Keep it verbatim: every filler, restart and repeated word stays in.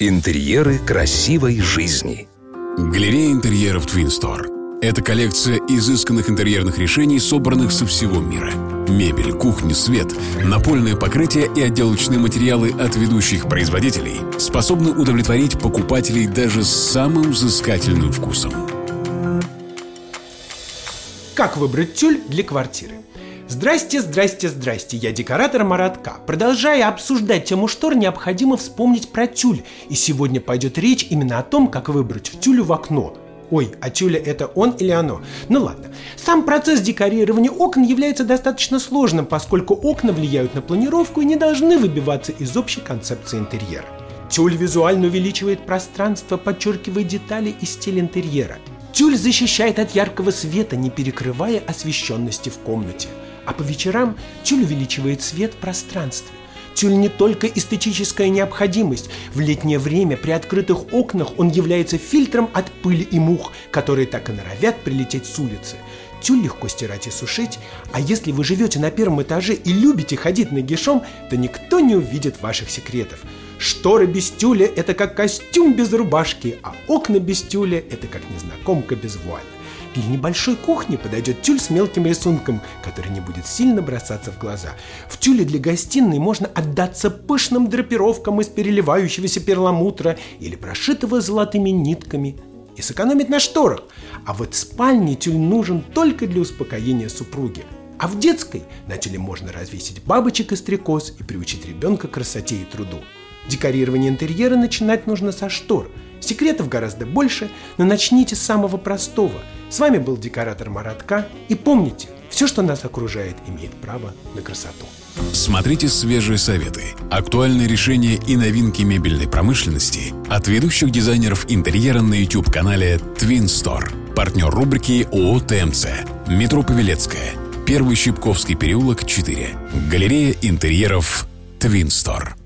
Интерьеры красивой жизни. Галерея интерьеров Twin Store. Это коллекция изысканных интерьерных решений, собранных со всего мира. Мебель, кухня, свет, напольное покрытие и отделочные материалы от ведущих производителей способны удовлетворить покупателей даже с самым взыскательным вкусом. Как выбрать тюль для квартиры? Здрасте, здрасте, здрасте, я декоратор Марат К. Продолжая обсуждать тему штор, необходимо вспомнить про тюль. И сегодня пойдет речь именно о том, как выбрать в тюлю в окно. Ой, а тюля это он или оно? Ну ладно. Сам процесс декорирования окон является достаточно сложным, поскольку окна влияют на планировку и не должны выбиваться из общей концепции интерьера. Тюль визуально увеличивает пространство, подчеркивает детали и стиль интерьера. Тюль защищает от яркого света, не перекрывая освещенности в комнате. А по вечерам тюль увеличивает свет в пространстве. Тюль не только эстетическая необходимость. В летнее время при открытых окнах он является фильтром от пыли и мух, которые так и норовят прилететь с улицы. Тюль легко стирать и сушить, а если вы живете на первом этаже и любите ходить нагишом, то никто не увидит ваших секретов. Шторы без тюля – это как костюм без рубашки, а окна без тюля – это как незнакомка без вуали. Для небольшой кухни подойдет тюль с мелким рисунком, который не будет сильно бросаться в глаза. В тюле для гостиной можно отдаться пышным драпировкам из переливающегося перламутра или прошитого золотыми нитками и сэкономить на шторах. А вот в спальне тюль нужен только для успокоения супруги. А в детской на тюле можно развесить бабочек и стрекоз и приучить ребенка к красоте и труду. Декорирование интерьера начинать нужно со штор. Секретов гораздо больше, но начните с самого простого. С вами был декоратор Марат К. И помните, все, что нас окружает, имеет право на красоту. Смотрите свежие советы, актуальные решения и новинки мебельной промышленности от ведущих дизайнеров интерьера на YouTube-канале Twin Store. Партнер рубрики ООО ТМЦ. Метро Павелецкая. Первый Щипковский переулок, четыре. Галерея интерьеров Twin Store.